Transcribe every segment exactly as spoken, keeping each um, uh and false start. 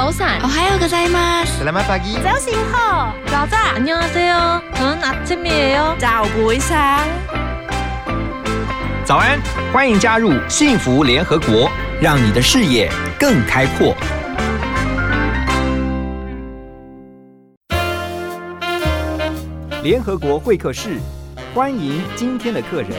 早安 오하요고자이마스。셀라마파기。 早醒好，早早。 안녕하세요。저는 아침이에요。 早不上。 早安，欢迎加入幸福联合国，让你的视野更开阔。联合国会客室，欢迎今天的客人。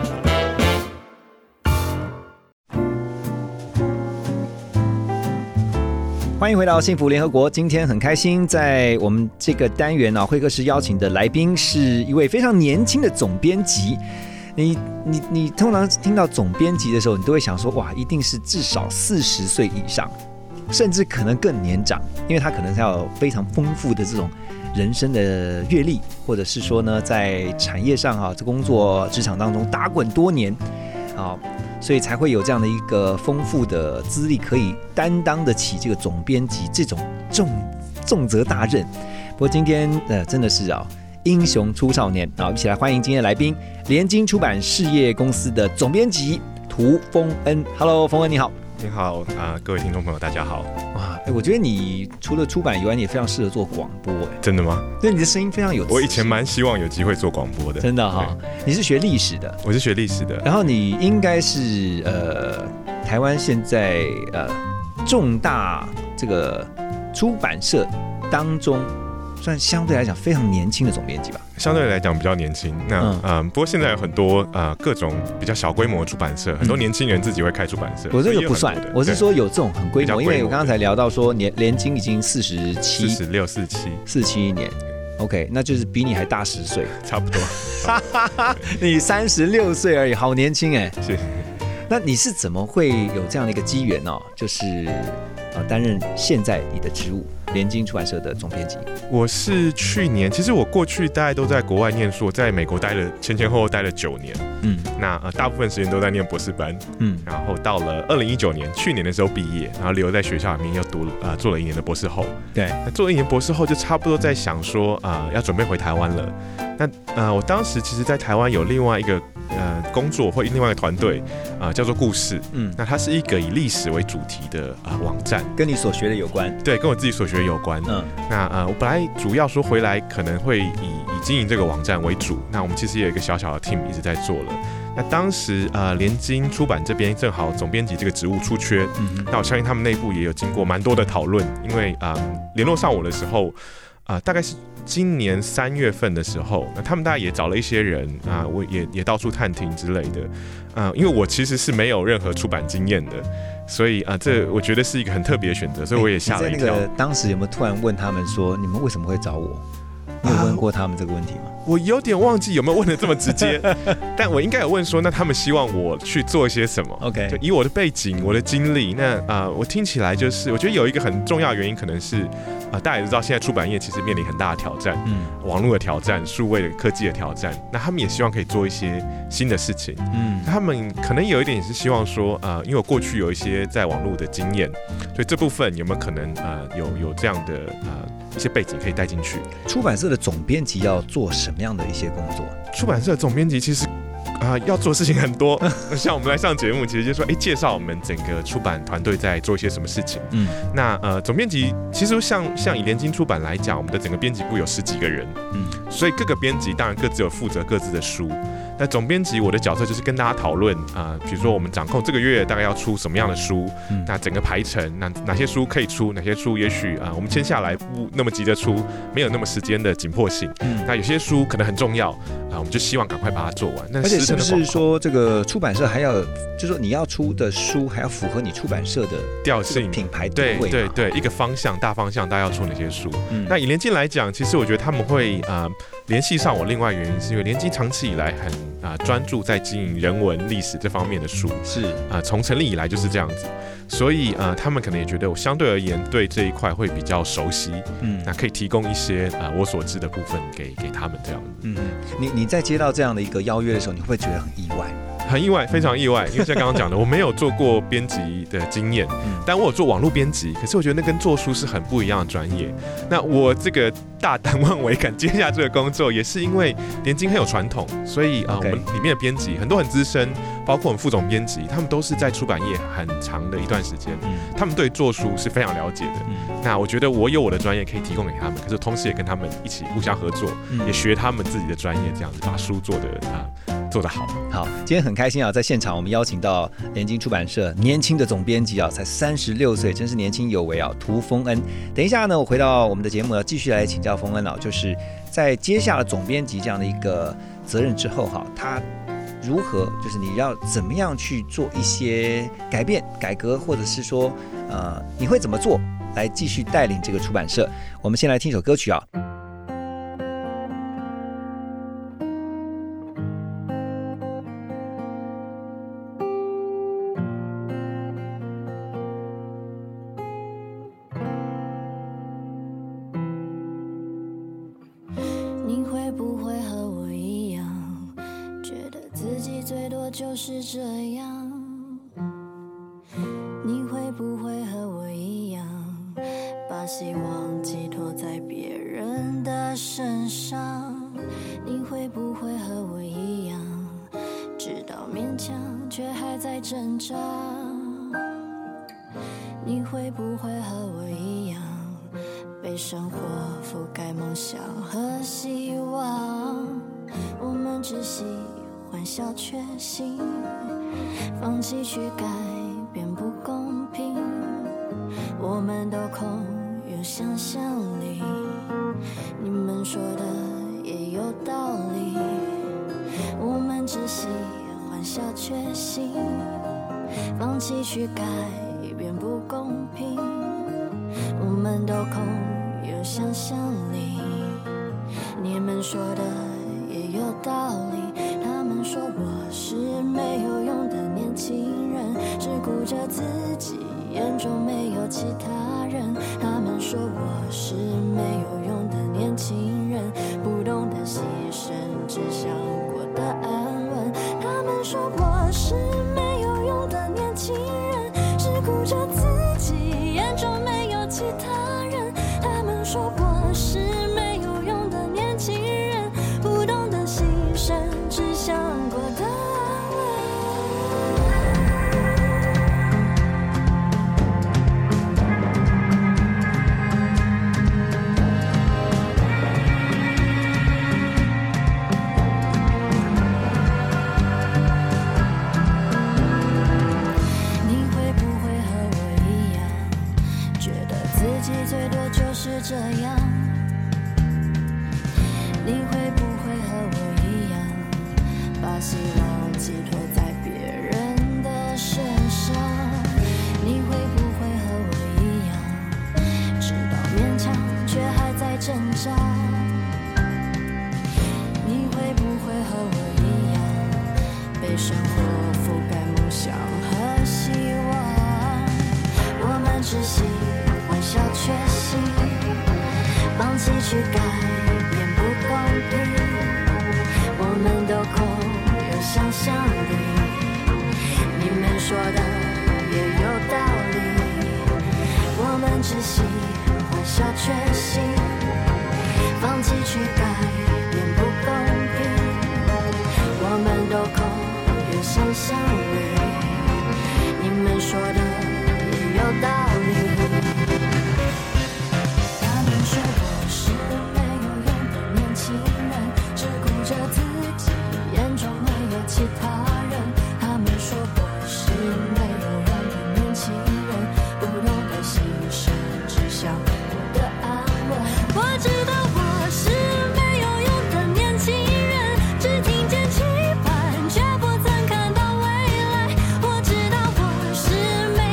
欢迎回到幸福联合国。今天很开心，在我们这个单元啊，会客室邀请的来宾是一位非常年轻的总编辑。你你你通常听到总编辑的时候，你都会想说，哇，一定是至少四十岁以上，甚至可能更年长，因为他可能是要有非常丰富的这种人生的阅历，或者是说呢，在产业上啊，这工作职场当中打滚多年啊。所以才会有这样的一个丰富的资历，可以担当得起这个总编辑这种重重责大任。不过今天呃真的是啊，英雄出少年啊！一起来欢迎今天的来宾，联经出版事业公司的总编辑涂丰恩。Hello， 丰恩你好。 你好啊、呃，各位听众朋友，大家好。 哇，我觉得你除了出版以外，你也非常适合做广播，哎， 真的吗？ 对，你的声音非常有磁性。 我以前蛮希望有机会做广播的， 真的哈、哦。你是学历史的， 我是学历史的， 然后你应该是呃台湾现在呃重大这个出版社当中，算相对来讲非常年轻的总编辑吧。 相对来讲比较年轻，那嗯、呃，不过现在有很多呃各种比较小规模的出版社，很多年轻人自己会开出版社。 我这个不算，我是说有这种很规模，因为我刚刚才聊到说年联经已经四十七、 四十六、四七、 四七年 ，OK， 那就是比你还大十岁， 差不多。 你三十六岁而已，好年轻哎。 谢谢。 那你是怎么会有这样的一个机缘哦？就是呃担任现在你的职务，联经出版社的总编辑。 我是去年，其实我过去大概都在国外念书，我在美国待了前前后后待了九年，嗯，那呃大部分时间都在念博士班，嗯，然后到了二零一九年，去年的时候毕业，然后留在学校里面又读呃做了一年的博士后，对，那做了一年博士后就差不多在想说啊、呃、要准备回台湾了。那呃我当时其实在台湾有另外一个呃工作或另外一个团队啊、呃、叫做故事，嗯，那它是一个以历史为主题的啊、呃、网站， 跟你所学的有关， 对，跟我自己所学有关，嗯，那呃我本来主要说回来可能会以以经营这个网站为主，那我们其实也有一个小小的 team 一直在做了。那当时呃联经出版这边正好总编辑这个职务出缺，嗯，那我相信他们内部也有经过蛮多的讨论，因为呃联络上我的时候，呃大概是今年三月份的时候，那他们大概也找了一些人啊、呃，我也也到处探听之类的，呃，因为我其实是没有任何出版经验的，所以啊、呃，这我觉得是一个很特别的选择，所以我也吓了一跳。 你在那个当时有没有突然问他们说，你们为什么会找我？你有问过他们这个问题吗？ 我有点忘记有没有问的这么直接，但我应该有问说，那他们希望我去做些什么 ？OK， 就以我的背景、我的经历，那啊、呃，我听起来就是，我觉得有一个很重要的原因，可能是啊、呃，大家也知道，现在出版业其实面临很大的挑战，嗯，网络的挑战、数位的科技的挑战，那他们也希望可以做一些新的事情，嗯，他们可能有一点也是希望说，呃，因为我过去有一些在网络的经验，所以这部分有没有可能呃有有这样的呃一些背景可以带进去？ 出版社的总编辑要做什么样的一些工作？ 出版社的总编辑其实啊、呃，要做事情很多。像我们来上节目，其实就说，哎，介绍我们整个出版团队在做一些什么事情。嗯，那呃，总编辑其实像像以联经出版来讲，我们的整个编辑部有十几个人，嗯，所以各个编辑当然各自有负责各自的书。那总编辑我的角色就是跟大家讨论啊，比如说我们掌控这个月大概要出什么样的书，嗯、那整个排程，那哪些书可以出，哪些书也许啊、呃、我们签下来不那么急着出，没有那么时间的紧迫性。嗯，那有些书可能很重要啊、呃，我们就希望赶快把它做完。那而且是不是说这个出版社还要，就是说你要出的书还要符合你出版社的调性、 品牌定位？ 对对对，一个方向、大方向，大家要出哪些书？嗯、那以联经来讲，其实我觉得他们会啊。呃联系上我，另外原因是因为联经长期以来很啊专、呃、注在经营人文历史这方面的书，是啊从、呃、成立以来就是这样子，所以啊、呃、他们可能也觉得我相对而言对这一块会比较熟悉，嗯，那可以提供一些啊、呃、我所知的部分给给他们这样子。 嗯，你你在接到这样的一个邀约的时候，你会不会觉得很意外？ 很意外，非常意外，因为像刚刚讲的，我没有做过编辑的经验，嗯、但我有做网络编辑，可是我觉得那跟做书是很不一样的专业。那我这个大胆妄为敢接下这个工作，也是因为联经很有传统，所以啊、呃 okay. 我们里面的编辑很多很资深，包括我们副总编辑，他们都是在出版业很长的一段时间，嗯、他们对做书是非常了解的。嗯、那我觉得我有我的专业可以提供给他们，可是同时也跟他们一起互相合作，嗯、也学他们自己的专业，这样子把书做的啊。做得好， 好，今天很开心啊，在现场我们邀请到联经出版社年轻的总编辑啊，才三十六岁，真是年轻有为啊，涂丰恩。等一下呢，我回到我们的节目呢，继续来请教丰恩啊，就是在接下了总编辑这样的一个责任之后哈，他如何就是你要怎么样去做一些改变、改革，或者是说呃，你会怎么做来继续带领这个出版社？我们先来听一首歌曲啊。 就是这样，你会不会和我一样，把希望寄托在别人的身上？你会不会和我一样，知道勉强却还在挣扎？你会不会和我一样，被生活覆盖梦想和希望？我们只喜欢小确幸，放弃去改变不公平，我们都空有想象力，你们说的也有道理，我们只喜欢小确幸，放弃去改变不公平，我们都空有想象力，你们说的也有道理，他们说我是没有用的年轻人，只顾着自己，眼中没有其他人，他们说我是没有用的年轻人，不懂得牺牲，只想过得安稳，他们说我是没有用的年轻人，只顾着自己，眼中没有其他人，他们说我是没有用的年轻人，不懂得牺牲，只想过得安稳。你会不会和我一样，觉得自己最多就是这样？你会不会和我一样，把希望寄托在别人的身上？你会不会和我一样，知道勉强却还在挣扎？你会不会和我一样，被生活覆盖梦想和希望？我们只喜欢小确幸，放弃去改变不公平，我们都空有想象力，你们说的也有道理，我们只喜欢小确幸，放弃去改变不公平，我们都空有想象力，你们说的也有道理，他们说我是没有用的年轻人，只顾着自己，眼中没有其他人，他们说我是没有用的年轻人，不懂得牺牲，只想过得安稳。我知道我是没有用的年轻人，只听见期盼，却不曾看到未来。我知道我是没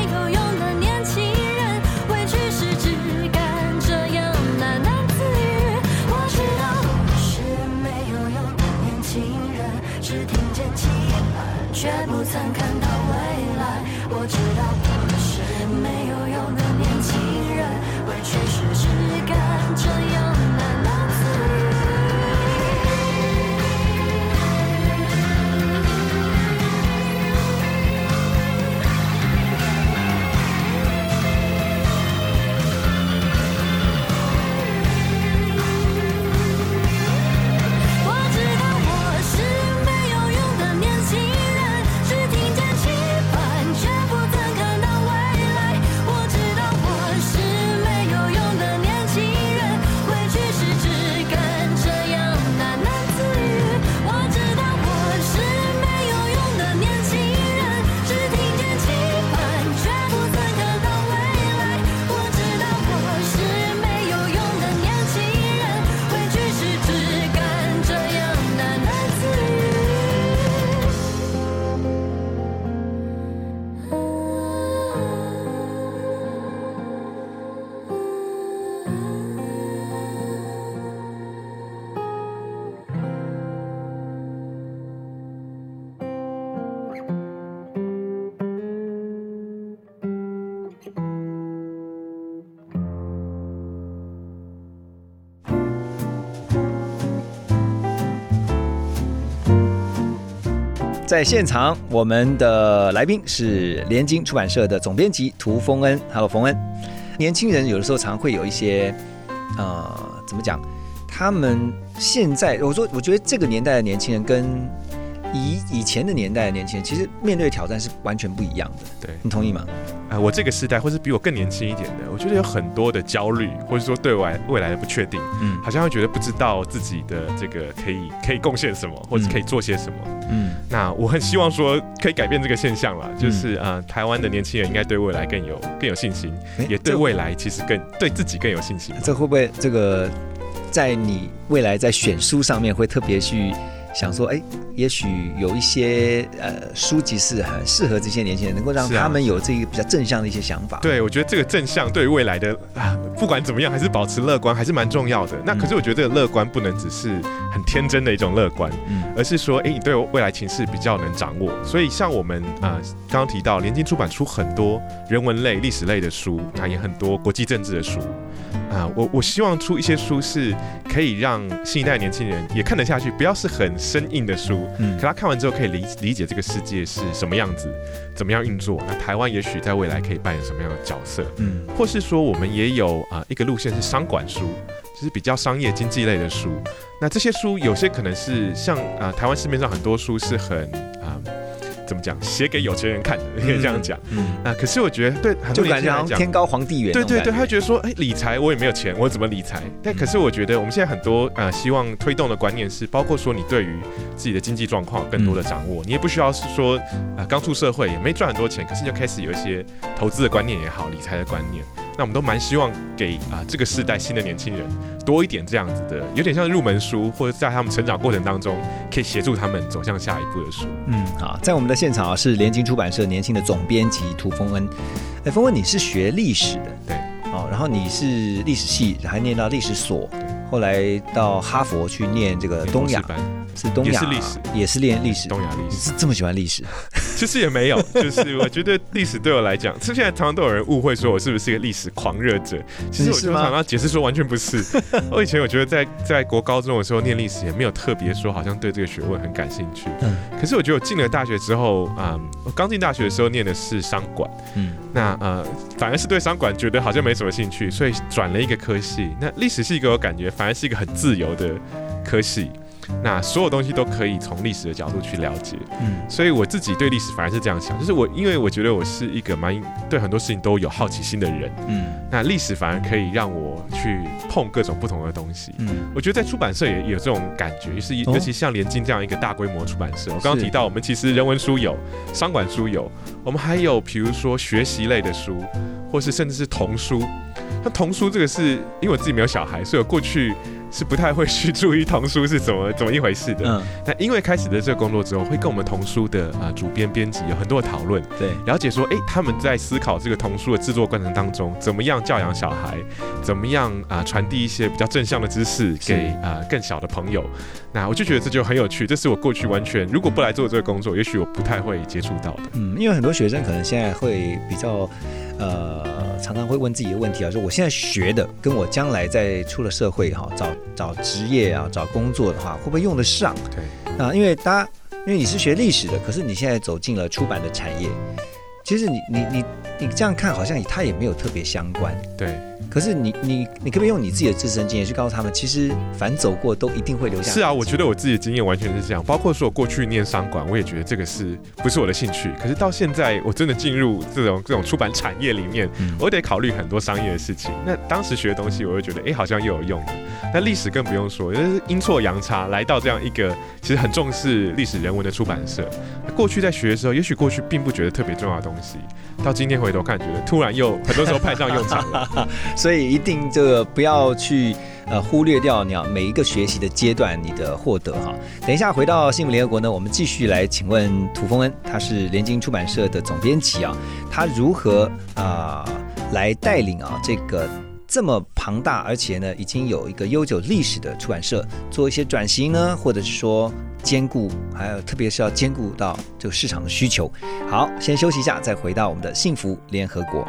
在现场我们的来宾是联经出版社的总编辑涂丰恩。Hello， 丰恩。年轻人有的时候常会有一些呃，怎么讲？他们现在，我说，我觉得这个年代的年轻人跟以以前的年代的年轻人，其实面对的挑战是完全不一样的。 对， 你同意吗？ 呃，我这个时代，或是比我更年轻一点的，我觉得有很多的焦虑，或者说对未来未来的不确定，嗯，好像会觉得不知道自己的这个可以可以贡献什么，或者可以做些什么，嗯，那我很希望说可以改变这个现象啦，就是呃，台湾的年轻人应该对未来更有更有信心，也对未来其实更对自己更有信心。 这会不会这个在你未来在选书上面会特别去想说，哎，也许有一些呃书籍是很适合这些年轻人，能够让他们有这个比较正向的一些想法。 对，我觉得这个正向对于未来的啊，不管怎么样，还是保持乐观，还是蛮重要的。那可是我觉得这个乐观不能只是很天真的一种乐观，嗯，而是说，哎，你对未来情势比较能掌握。所以像我们啊，刚刚提到联经出版出很多人文类、历史类的书，那也很多国际政治的书。啊，我我希望出一些书是可以让新一代的年轻人也看得下去，不要是很生硬的书，嗯，可他看完之后可以理理解这个世界是什么样子，怎么样运作。那台湾也许在未来可以扮演什么样的角色，嗯，或是说我们也有啊、呃、一个路线是商管书，就是比较商业经济类的书。那这些书有些可能是像啊、呃、台湾市面上很多书是很啊。呃怎么讲？写给有钱人看的，可以这样讲。嗯，啊，可是我觉得对很多年轻人来讲， 就感觉天高皇帝远。 对对对，他会觉得说，哎，理财我也没有钱，我怎么理财？但可是我觉得我们现在很多呃希望推动的观念是，包括说你对于自己的经济状况有更多的掌握，嗯、你也不需要是说呃刚出社会也没赚很多钱，可是你就开始有一些投资的观念也好，理财的观念。那我们都蛮希望给啊、呃、这个世代新的年轻人多一点这样子的，有点像入门书，或者在他们成长过程当中可以协助他们走向下一步的书。嗯， 好，在我们的现场、啊、是联经出版社年轻的总编辑涂丰恩。哎，丰恩，你是学历史的， 对， 哦，然后你是历史系，还念到历史所，后来到哈佛去念这个东亚。是东亚， 也是历史， 也是练历史。 东亚历史， 你是这么喜欢历史？ 其实也没有，就是我觉得历史对我来讲，现在常常都有人误会说我是不是一个历史狂热者。其实我就常常解释说完全不是。我以前我觉得在在国高中的时候念历史也没有特别说好像对这个学问很感兴趣。嗯。可是我觉得我进了大学之后，嗯，我刚进大学的时候念的是商管，嗯，那呃反而是对商管觉得好像没什么兴趣，所以转了一个科系。那历史系给我感觉反而是一个很自由的科系。那所有东西都可以从历史的角度去了解，嗯，所以我自己对历史反而是这样想，就是我因为我觉得我是一个蛮对很多事情都有好奇心的人，嗯，那历史反而可以让我去碰各种不同的东西，嗯，我觉得在出版社也有这种感觉，就是尤其像联经这样一个大规模出版社，我刚刚提到我们其实人文书有，商管书有，我们还有比如说学习类的书，或是甚至是童书。那童书这个是因为我自己没有小孩，所以我过去是不太会去注意童书是怎么怎么一回事的。嗯，那因为开始的这个工作之后，会跟我们童书的啊、呃、主编编辑有很多的讨论，对，了解说，哎，他们在思考这个童书的制作过程当中，怎么样教养小孩，怎么样啊、呃、传递一些比较正向的知识给啊、呃、更小的朋友。那我就觉得这就很有趣，这是我过去完全如果不来做这个工作，也许我不太会接触到的。 嗯，因为很多学生可能现在会比较呃。常常会问自己的问题啊，说我现在学的跟我将来在出了社会哈，找找职业啊，找工作的话，会不会用得上？对啊，因为大家因为你是学历史的，可是你现在走进了出版的产业，其实你你你你这样看，好像它也没有特别相关。对。可是你你你可不可以用你自己的自身经验去告诉他们，其实凡走过都一定会留下。 是啊，我觉得我自己的经验完全是这样，包括说我过去念商管，我也觉得这个是不是我的兴趣。可是到现在我真的进入这种这种出版产业里面，嗯、我得考虑很多商业的事情。那当时学的东西，我会觉得哎、欸，好像又有用的。那历史更不用说，就是阴错阳差来到这样一个其实很重视历史人文的出版社。过去在学的时候，也许过去并不觉得特别重要的东西，到今天回头看，觉得突然又很多时候派上用场了。 所以一定这个不要去呃忽略掉你要每一个学习的阶段你的获得哈。等一下回到幸福联合国呢，我们继续来请问涂丰恩，他是联经出版社的总编辑啊，他如何啊、呃、来带领啊这个这么庞大而且呢已经有一个悠久历史的出版社做一些转型呢，或者是说兼顾，还有特别是要兼顾到这个市场的需求。好，先休息一下，再回到我们的幸福联合国。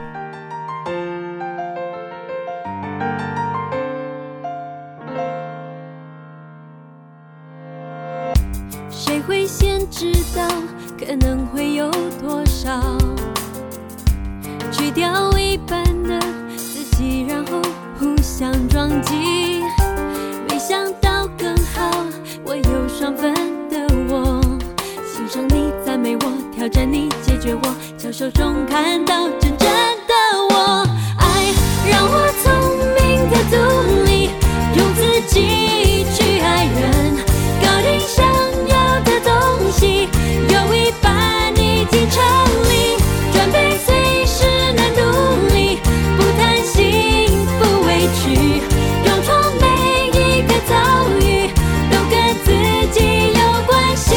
谁会先知道可能会有多少，去掉一半的自己，然后互相撞击。没想到更好，我有双份的我，欣赏你，赞美我，挑战你，解决我，巧手中看到真正的我。爱让我聪明的独立，用自己去爱人，搞定想要的东西，有一半已经成立，准备随时能独立，不贪心不委屈，勇闯每一个遭遇，都跟自己有关系。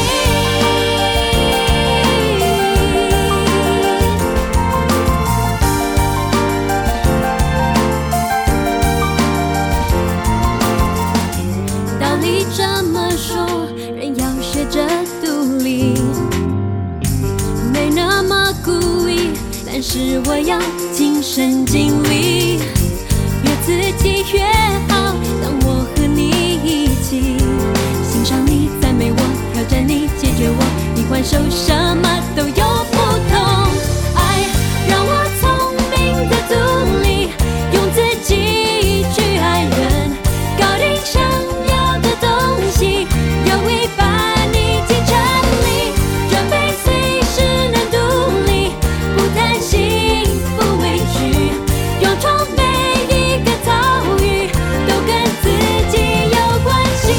道理这么说，人要学着独立，没那么故意，但是我要尽身尽力，越自己越好。当我和你一起，欣赏你，赞美我，挑战你，解决我，你还手什么都有不同。爱让我聪明的独立，用自己去爱人，搞定想要的东西，有一半已经成立，准备随时能独立，不贪心不委屈，勇闯每一个遭遇，都跟自己有关系。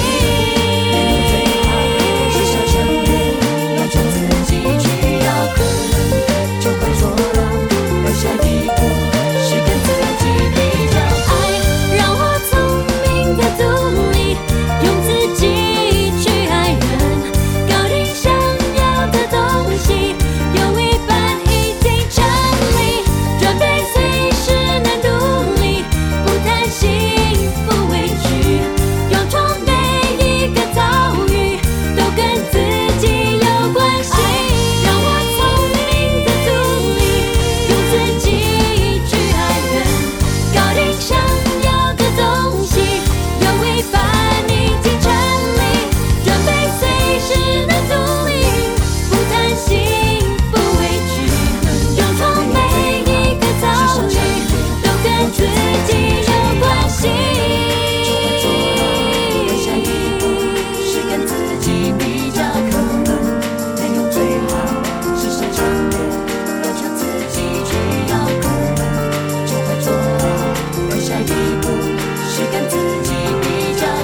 至少承认，要从自己去要可能就快做到，而下一步是跟自己比较。爱让我聪明的独立，用自己去爱人，搞定想要的东西，有一半已经成立，准备随时能独立，不贪心不委屈，勇闯每一个遭遇，都跟自己有关系。让我聪明的独立，用自己去爱人，搞定想要的东西，有一半已经成立，准备随时能独立，不贪心不委屈，勇闯每一个遭遇，都跟自己有关系。下一步是跟自己比较，可能没有最好，至少强烈要求自己去要可能就会做到，而下一步是跟自己比较。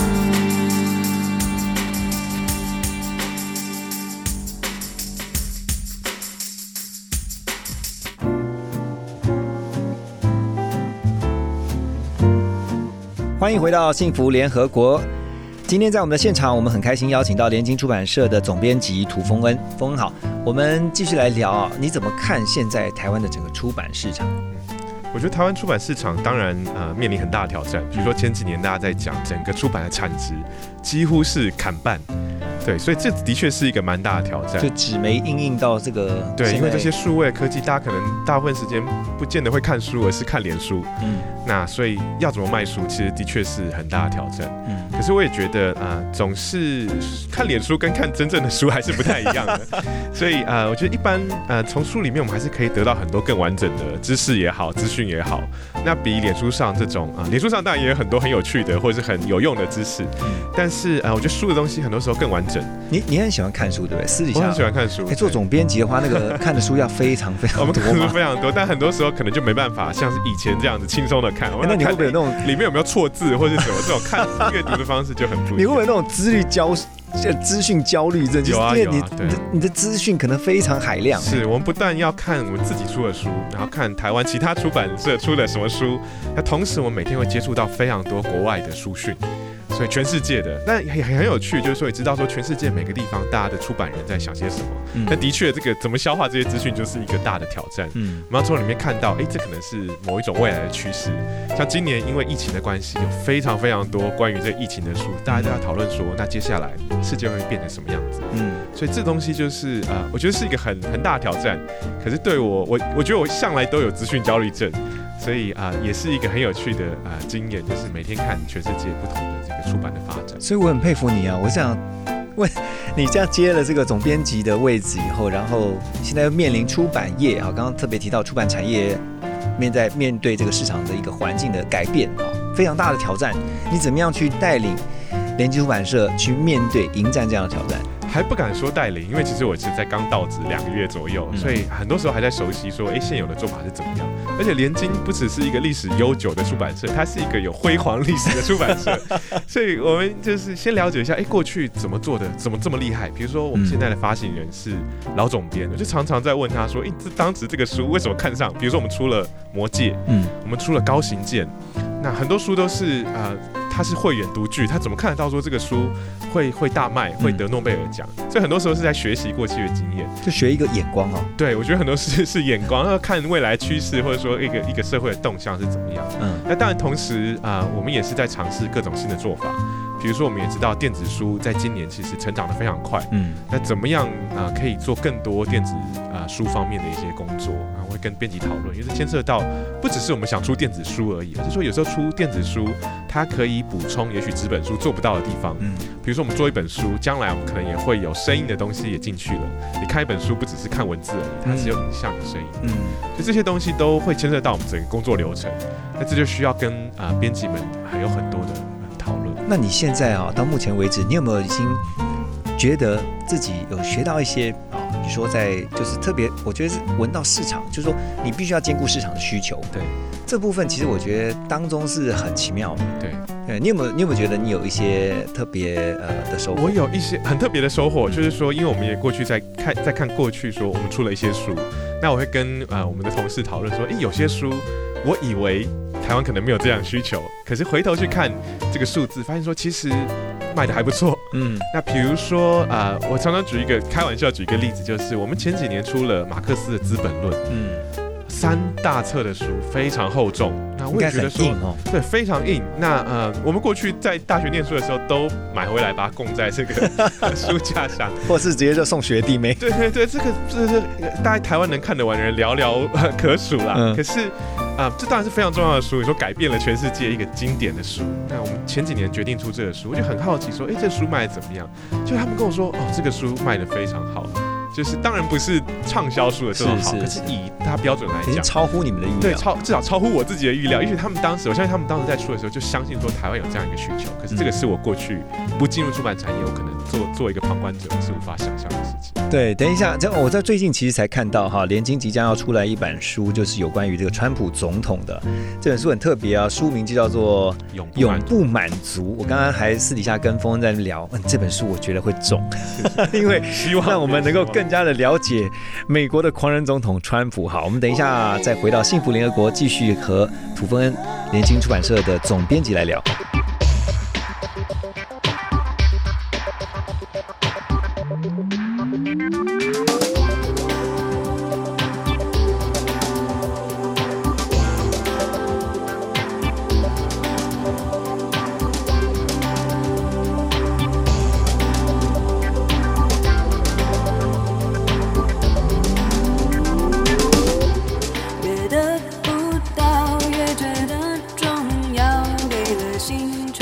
欢迎回到幸福联合国。今天在我们的现场，我们很开心邀请到联经出版社的总编辑涂峰恩。峰恩好，我们继续来聊啊，你怎么看现在台湾的整个出版市场？ 我觉得台湾出版市场当然呃面临很大的挑战，比如说前几年大家在讲整个出版的产值几乎是砍半，对，所以这的确是一个蛮大的挑战。 就纸媒印印到这个， 对，因为这些数位科技，大家可能大部分时间不见得会看书，而是看脸书。嗯，那所以要怎么卖书，其实的确是很大的挑战。嗯，可是我也觉得啊、呃，总是看脸书跟看真正的书还是不太一样的。所以啊、呃，我觉得一般呃，从书里面我们还是可以得到很多更完整的知识也好，资讯也好。那比脸书上这种啊、呃，脸书上当然也有很多很有趣的或者是很有用的知识，嗯、但是呃，我觉得书的东西很多时候更完整。 你你很喜欢看书对不对？私底下我很喜欢看书。 哎，做总编辑的话，那个看的书要非常非常多。 我们看的书非常多，但很多时候可能就没办法像是以前这样子轻松的看。 那你会不会有那种里面有没有错字或者什么这种看阅读的方式就很不一样？ 你会不会有那种资历焦资讯焦虑症？ 有啊有啊， 你的你的资讯可能非常海量。 是我们不但要看我们自己出的书，然后看台湾其他出版社出的什么书，那同时我们每天会接触到非常多国外的书讯。所以全世界的，但也很有趣，就是说也知道说全世界每个地方大家的出版人在想些什么。嗯，那的确这个怎么消化这些资讯就是一个大的挑战。嗯，我们要从里面看到，哎、欸，这可能是某一种未来的趋势。像今年因为疫情的关系，有非常非常多关于这疫情的书，大家都在讨论说，那接下来世界会变成什么样子？嗯，所以这东西就是呃，我觉得是一个很很大的挑战。可是对我，我我觉得我向来都有资讯焦虑症。所以啊、呃，也是一个很有趣的啊、呃、经验，就是每天看全世界不同的这个出版的发展。 所以我很佩服你啊！我想， 问你这样接了这个总编辑的位置以后，然后现在又面临出版业啊，刚刚特别提到出版产业面在面对这个市场的一个环境的改变啊，非常大的挑战。你怎么样去带领联经出版社去面对迎战这样的挑战？ 还不敢说带领，因为其实我是在刚到职两个月左右，所以很多时候还在熟悉说，哎，现有的做法是怎么样。而且联经不只是一个历史悠久的出版社，它是一个有辉煌历史的出版社，所以我们就是先了解一下，哎，过去怎么做的，怎么这么厉害？比如说我们现在的发行人是老总编，我就常常在问他说，哎，这当时这个书为什么看上？比如说我们出了《魔戒》，嗯，我们出了《高行健》，那很多书都是呃。它是会员独具，他怎么看得到说这个书会会大卖，会得诺贝尔奖？嗯、所以很多时候是在学习过去的经验， 就学一个眼光哦。 对，我觉得很多是是眼光，要看未来趋势，或者说一个一个社会的动向是怎么样。嗯，那当然同时啊、呃，我们也是在尝试各种新的做法。比如说，我们也知道电子书在今年其实成长得非常快。嗯，那怎么样啊、呃，可以做更多电子啊、呃、书方面的一些工作？然后会跟编辑讨论，因为这牵涉到不只是我们想出电子书而已，而是说有时候出电子书，它可以补充也许纸本书做不到的地方。嗯，比如说我们做一本书，将来我们可能也会有声音的东西也进去了。你看一本书不只是看文字而已，它是有影像、有声音。嗯，所以这些东西都会牵涉到我们整个工作流程。那这就需要跟啊、呃、编辑们还有很多的讨论。 那你现在啊，到目前为止，你有没有已经觉得自己有学到一些啊？你说在就是特别，我觉得是闻到市场，就是说你必须要兼顾市场的需求。 对， 这部分其实我觉得当中是很奇妙的。 对， 对你有没有你有没有觉得你有一些特别呃的收获？ 我有一些很特别的收获，就是说，因为我们也过去在看在看过去说我们出了一些书，那我会跟呃我们的同事讨论说，哎，有些书我以为台湾可能没有这样的需求，可是回头去看这个数字，发现说其实卖的还不错。嗯，那比如说啊、呃，我常常举一个开玩笑举一个例子，就是我们前几年出了马克思的《资本论》，嗯，三大册的书非常厚重，那我也觉得说， 哦、 对，非常硬。那呃，我们过去在大学念书的时候，都买回来把它供在这个书架上， 或是直接就送学弟妹。 对对对，这个这是大概台湾能看得完的人寥寥可数啦。嗯、可是。啊、呃，这当然是非常重要的书，你说改变了全世界一个经典的书。那我们前几年决定出这个书，我就很好奇说，哎，这书卖得怎么样？就他们跟我说，哦，这个书卖得非常好。就是当然不是畅销书的这种好，可是以它标准来讲， 超乎你们的预料， 对，超至少超乎我自己的预料。也许他们当时，我相信他们当时在出的时候就相信说台湾有这样一个需求，可是这个是我过去不进入出版产业，我可能做做一个旁观者是无法想象的事情。 对，等一下，这我在最近其实才看到哈，联经即将要出来一本书，就是有关于这个川普总统的。这本书很特别啊，书名就叫做《永不永不满足》。我刚刚还私底下跟峰在聊，嗯，这本书我觉得会中，因为希望让我们能够更加的了解美国的狂人总统川普。好，我们等一下再回到幸福联合国，继续和土芬恩联经出版社的总编辑来聊。 越得不到越觉得重要，给了心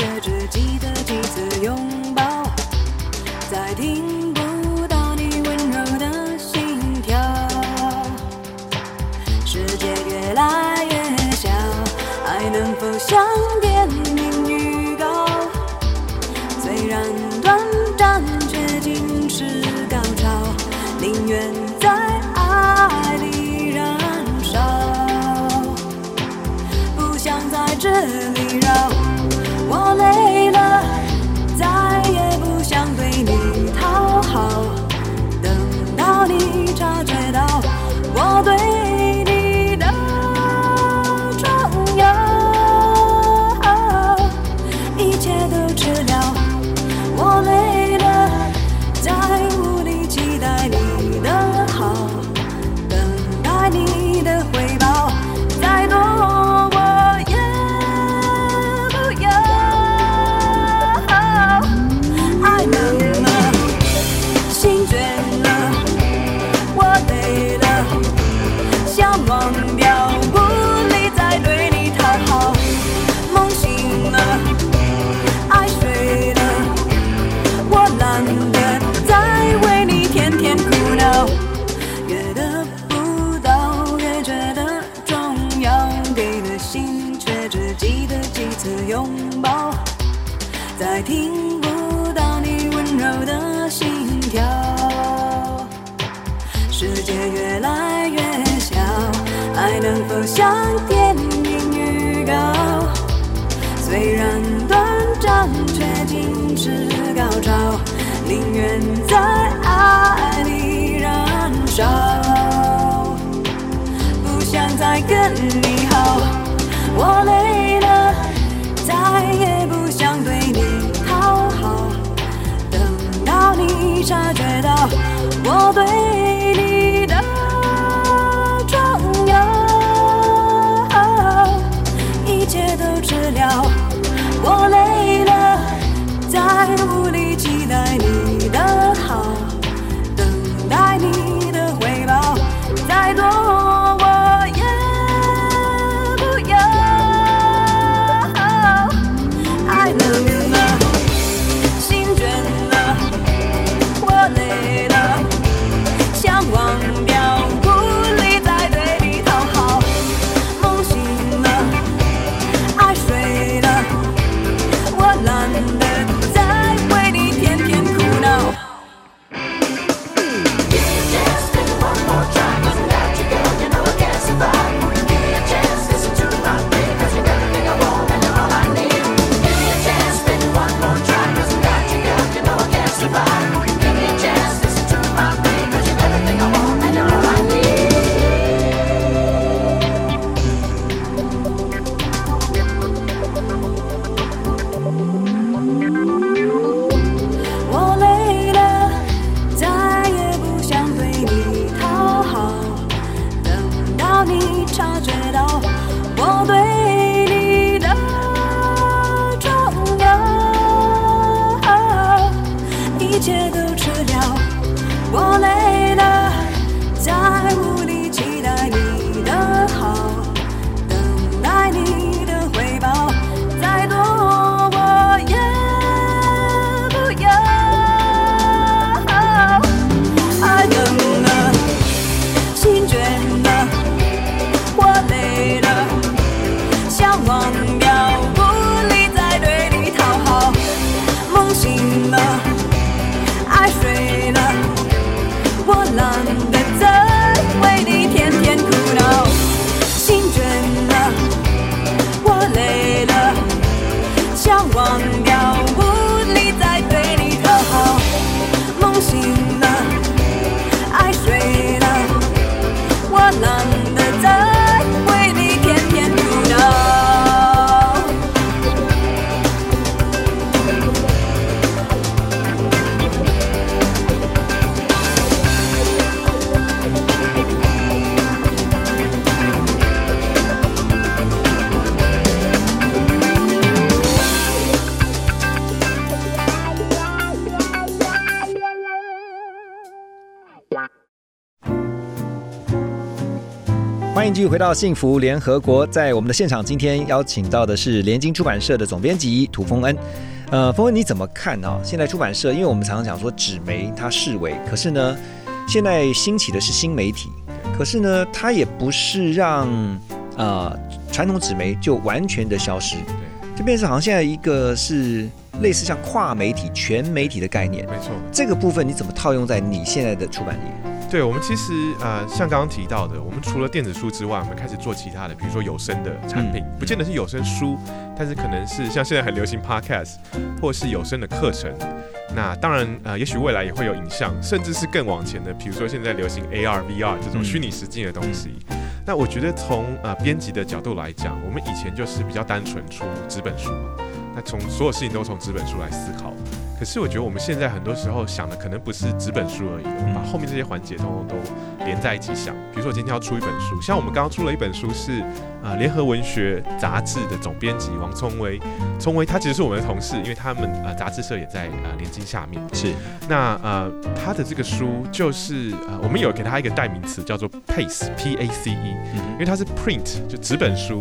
拥抱，再听不到你温柔的心跳。世界越来越小，爱能否像电影预告？虽然短暂，却尽是高潮。宁愿在爱里燃烧，不想再跟你好。我累了，再也不想对你讨好。等到你察觉到我对你的重要，一切都治疗。我累了，再无力期待你的好，等待你的回报，再多我也不要。爱冷了，心倦了，我累了，想忘掉，无力再对你讨好。梦醒了，爱睡了，我懒得欢迎继续回到幸福联合国，在我们的现场，今天邀请到的是联经出版社的总编辑涂丰恩。呃，丰恩你怎么看啊？现在出版社，因为我们常常讲说纸媒它式微，可是呢，现在兴起的是新媒体，可是呢，它也不是让呃传统纸媒就完全的消失，这边是好像现在一个是类似像跨媒体、全媒体的概念。 没错， 这个部分你怎么套用在你现在的出版业？ 对，我们其实呃，像刚刚提到的，我们除了电子书之外，我们开始做其他的，比如说有声的产品，嗯、不见得是有声书，但是可能是像现在很流行 podcast， 或是有声的课程。那当然，呃，也许未来也会有影像，甚至是更往前的，比如说现在流行 A R、V R 这种虚拟实境的东西。嗯、那我觉得从呃编辑的角度来讲，我们以前就是比较单纯出纸本书嘛，那从所有事情都从纸本书来思考。可是我觉得我们现在很多时候想的可能不是纸本书而已，我们把后面这些环节通通都连在一起想。比如说我今天要出一本书，像我们刚刚出了一本书是呃联合文学杂志的总编辑王聪威，聪威他其实是我们的同事，因为他们呃杂志社也在呃联经下面。 是， 那呃他的这个书就是呃我们有给他一个代名词叫做 Pace P A C E，、嗯、因为它是 print 就纸本书。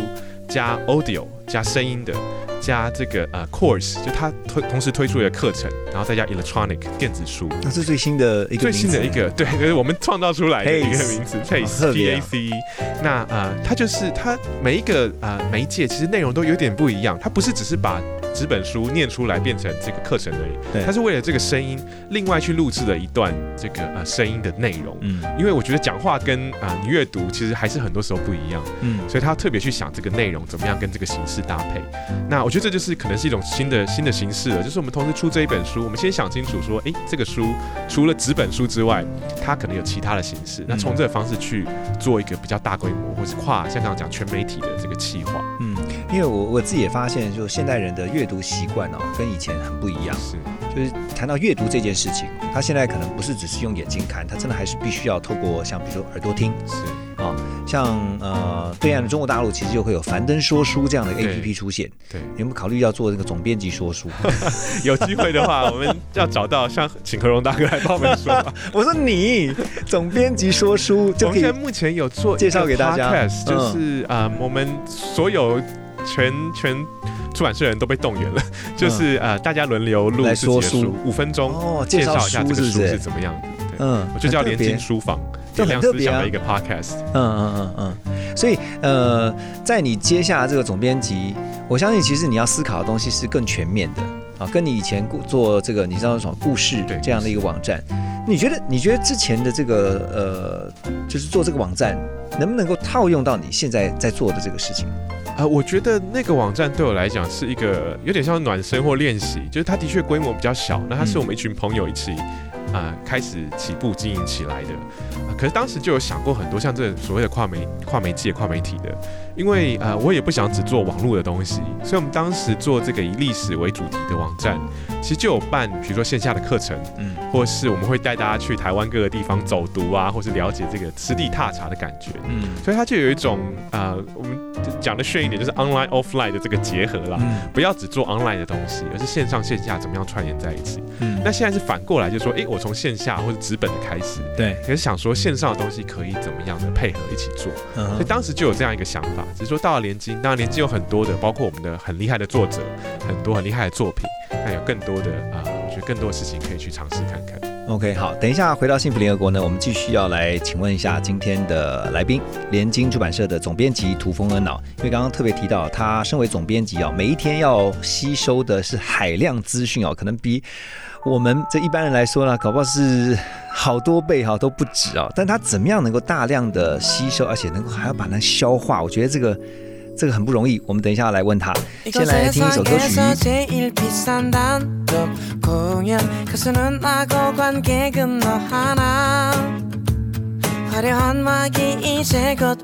加 audio 加声音的，加这个呃 course， 就它推同时推出了课程，然后再加 electronic 电子书。 那是最新的一个最新的一个，对，就是我们创造出来的一个名字 ，Pace P A C E。那呃，它就是它每一个呃媒介其实内容都有点不一样，它不是只是把纸本书念出来变成这个课程而已，它是为了这个声音另外去录制了一段这个呃声音的内容。嗯，因为我觉得讲话跟啊、呃、你阅读其实还是很多时候不一样，嗯，所以他特别去想这个内容怎么样跟这个形式搭配。那我觉得这就是可能是一种新的新的形式了，就是我们同时出这一本书，我们先想清楚说，哎，这个书除了纸本书之外，它可能有其他的形式，那从这个方式去做一个比较大规模或是跨像刚刚讲全媒体的这个企划。嗯， 因为我我自己也发现，就现代人的阅读习惯哦，跟以前很不一样。是，就是谈到阅读这件事情，他现在可能不是只是用眼睛看，他真的还是必须要透过像比如说耳朵听。是。啊、哦，像呃对岸的中国大陆其实就会有樊登说书这样的 A P P 出现。对，你有没有考虑要做这个总编辑说书？ 有机会的话，我们要找到像请何荣大哥来帮我们说吧。 我说你总编辑说书就可以。 我们目前有做介绍给大家， 就是啊、嗯呃，我们所有全全。出版社人都被动员了，就是、嗯、呃，大家轮流录自己的书，五分钟、哦、介绍一下这个书是怎么样的。嗯，我就叫联经书房， 就很特别的一个 podcast。 嗯嗯嗯嗯，所以呃，在你接下这个总编辑，我相信其实你要思考的东西是更全面的啊，跟你以前做这个你知道什么故事这样的一个网站，你觉得你觉得之前的这个呃，就是做这个网站，能不能够套用到你现在在做的这个事情？ 呃，我觉得那个网站对我来讲是一个有点像暖身或练习，就是它的确规模比较小，那它是我们一群朋友一起啊、呃、开始起步经营起来的、呃。可是当时就有想过很多像这所谓的跨媒跨媒介跨媒体的，因为呃我也不想只做网络的东西，所以我们当时做这个以历史为主题的网站，其实就有办比如说线下的课程，嗯，或是我们会带大家去台湾各个地方走读啊，或是了解这个实地踏查的感觉，嗯，所以它就有一种呃我们讲的炫一点，就是 online offline 的这个结合啦，嗯、不要只做 online 的东西，而是线上线下怎么样串联在一起。嗯，那现在是反过来，就是说，哎、欸，我从线下或者纸本的开始，对，可是想说线上的东西可以怎么样的配合一起做，嗯、所以当时就有这样一个想法。只是说到了联经，当然联经有很多的，包括我们的很厉害的作者，很多很厉害的作品，那有更多的啊、呃，我觉得更多的事情可以去尝试看看。 OK， 好，等一下回到幸福联合国呢，我们继续要来请问一下今天的来宾，联经出版社的总编辑涂峰恩脑，因为刚刚特别提到他身为总编辑哦，每一天要吸收的是海量资讯哦，可能比我们这一般人来说呢，搞不好是好多倍哈都不止哦，但他怎么样能够大量的吸收，而且能够还要把它消化，我觉得这个。这个很不容易，我们等一下来问他。先来听一首歌曲。화려한 막이 이제 곧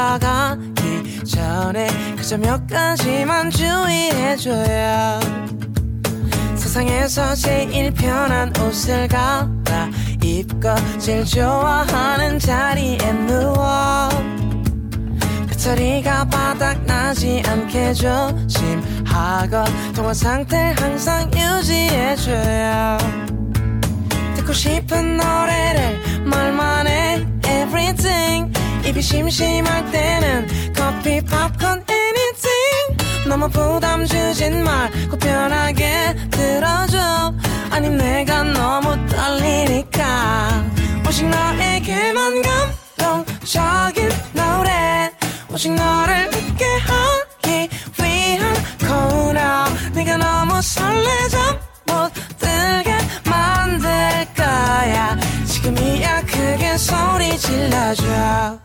올라가기 전에 그저 몇 가지만 주의해줘요. 세상에서 제일 편한 옷을 갈아입고 제일 좋아하는 자리에 누워 배터리가 바닥나지 않게 조심하고 통화 상태를 항상 유지해줘요. 듣고 싶은 노래를 말만 해 everything. 입이 심심할 때는 커피 팝콘 anything. 너무 부담 주진 말고 편하게 들어줘. 아니 내가 너무 떨리니까 오직 너에게만 감동적인 노래 오직 너를 웃게 하기 위한 코너. 네가 너무 설레져 못 들게 만들 거야. 지금이야 크게 소리 질러줘.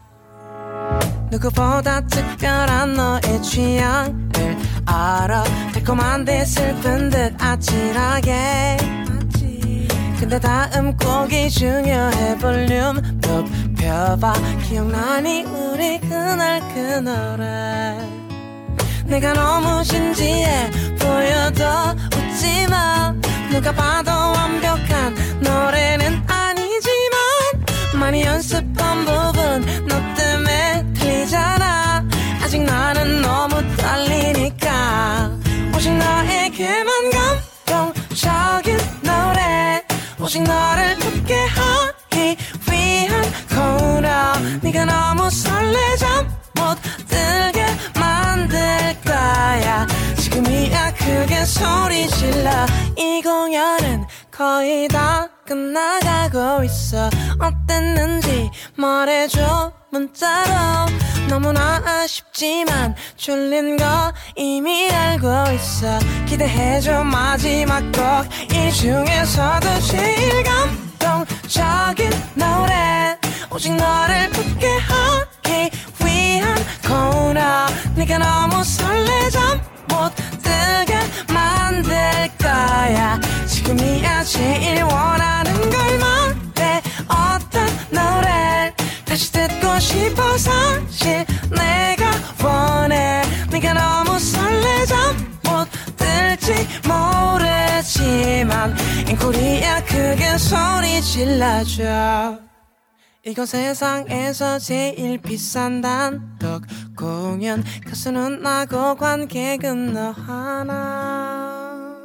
누구보다 특별한 너의 취향을 알아. 달콤한데 슬픈 듯 아찔하게. 근데 다음 곡이 중요해. 볼륨 높여봐. 기억나니 우리 그날 그 노래. 내가 너무 진지해 보여도 웃지마. 누가 봐도 완벽한 노래는 아니지만 많이 연습한 부분 너 때문에 틀리잖아. 아직 나는 너무 떨리니까 오직 너에게만 감동적인 노래 오직 너를 웃게 하기 위한 코너. 네가 너무 설레져 못 들게 만들 크게 소리 질러 이 공연은 거의 다 끝나가고 있어 어땠는지 말해줘 문자로 너무나 아쉽지만 졸린 거 이미 알고 있어 기대해줘 마지막 곡 이 중에서도 제일 감동적인 노래 오직 너를 붙게 하기 위한 코너 네가 너무 설레잠 못 들게 만들 거야 지금이야 제일 원하는 걸 말해 어떤 노래 다시 듣고 싶어 사실 내가 원해 네가 너무 설레잠 못 들지 모르지만 앵콜이야 크게 소리 질러줘 이거 세상에서 제일 비싼 단독 공연 가수는 나고 관객은 너 하나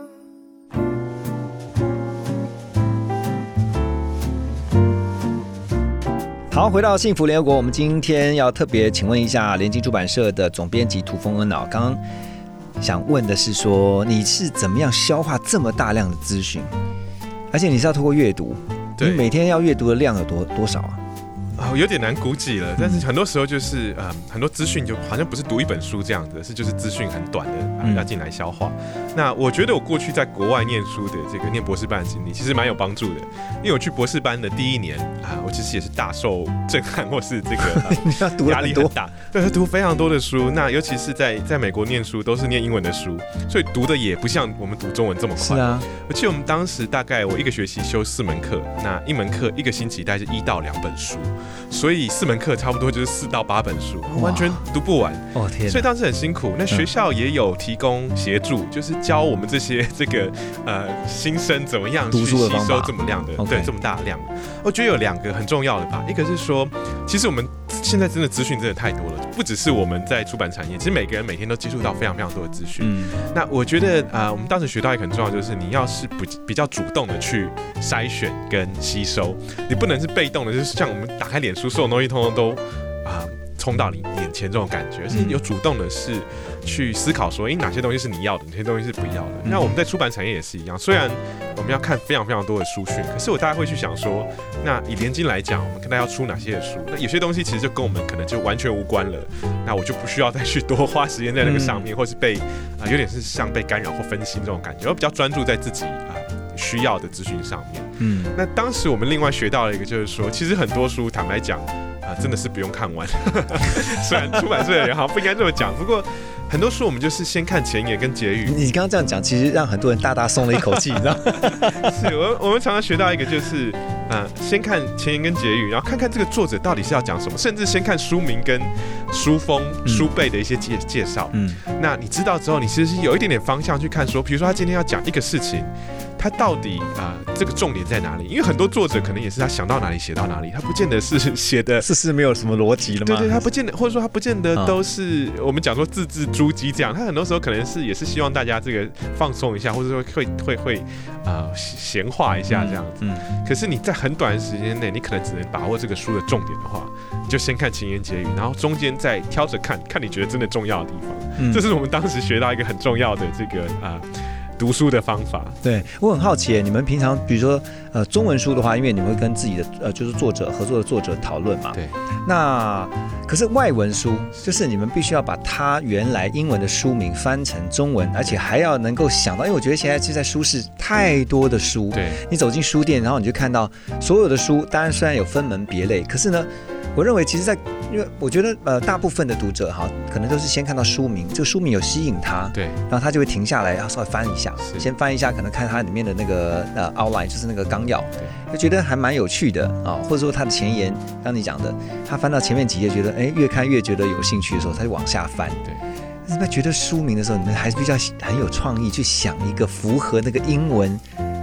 好，回到幸福联合国，我们今天要特别请问一下联经出版社的总编辑涂峰恩啊，刚刚想问的是说，你是怎么样消化这么大量的资讯？而且你是要透过阅读，你每天要阅读的量有多多少啊？ 哦，有点难估计了，但是很多时候就是，呃，很多资讯就好像不是读一本书这样子，是就是资讯很短的、呃、要进来消化。那我觉得我过去在国外念书的这个念博士班的经历，其实蛮有帮助的，因为我去博士班的第一年啊、呃，我其实也是大受震撼，或是这个压、呃、力很大，对，读非常多的书。那尤其是在在美国念书，都是念英文的书，所以读的也不像我们读中文这么快。 是啊， 我记得我们当时大概我一个学期修四门课，那一门课一个星期大概是一到两本书。所以四门课差不多就是四到八本书，完全读不完。 哦天！ 所以当时很辛苦。那学校也有提供协助，就是教我们这些这个呃新生怎么样去吸收这么量的，对，这么大的量。我觉得有两个很重要的吧，一个是说，其实我们现在真的资讯真的太多了，不只是我们在出版产业，其实每个人每天都接触到非常非常多的资讯。嗯、那我觉得啊、呃，我们当时学到一个很重要，就是你要是不比较主动的去筛选跟吸收，你不能是被动的，就是像我们打开脸书，所有东西通通都啊。呃冲到你眼前这种感觉，是有主动的是去思考说，哎，哪些东西是你要的，哪些东西是不要的。那我们在出版产业也是一样，虽然我们要看非常非常多的书讯，可是我大家会去想说，那以联经来讲，我们看它要出哪些的书，那有些东西其实就跟我们可能就完全无关了，那我就不需要再去多花时间在那个上面，嗯、或是被啊、呃、有点是像被干扰或分心这种感觉，我比较专注在自己啊。呃需要的资讯上面，嗯，那当时我们另外学到了一个，就是说，其实很多书，坦白讲，啊、呃，真的是不用看完。虽然出版社的人好像不应该这么讲，不过很多书我们就是先看前言跟结语。 你刚刚这样讲，其实让很多人大大松了一口气，你知道吗？ 是，我我们常常学到一个，就是呃，先看前言跟结语，然后看看这个作者到底是要讲什么，甚至先看书名跟书封、嗯、书背的一些介介绍。嗯，那你知道之后，你其实是有一点点方向去看说，比如说他今天要讲一个事情。他到底啊、呃，这个重点在哪里？因为很多作者可能也是他想到哪里写到哪里，他不见得是写的， 是是没有什么逻辑的吗？ 对对，他不见得，或者说他不见得都是、嗯、我们讲说字字珠玑这样。他很多时候可能是也是希望大家这个放松一下，或者说会会会呃闲话一下这样子。嗯嗯、可是你在很短的时间内，你可能只能把握这个书的重点的话，你就先看前言结语，然后中间再挑着看，看你觉得真的重要的地方。嗯、这是我们当时学到一个很重要的这个啊。呃读书的方法。 对，我很好奇，你们平常比如说呃中文书的话，因为你们会跟自己的呃就是作者合作的作者讨论嘛。 对。 那可是外文书，就是你们必须要把它原来英文的书名翻成中文，而且还要能够想到，因为我觉得现在其实在书市太多的书， 对， 你走进书店，然后你就看到所有的书，当然虽然有分门别类，可是呢。我认为，其实在，因为我觉得，呃，大部分的读者哈，可能都是先看到书名，这个书名有吸引他， 对， 然后他就会停下来，要稍微翻一下，先翻一下，可能看它里面的那个呃 outline， 就是那个纲要，就觉得还蛮有趣的啊、哦，或者说它的前言，刚你讲的，他翻到前面几页，觉得哎，越看越觉得有兴趣的时候，他就往下翻， 对。 你们觉得书名的时候，你们还是比较很有创意，去想一个符合那个英文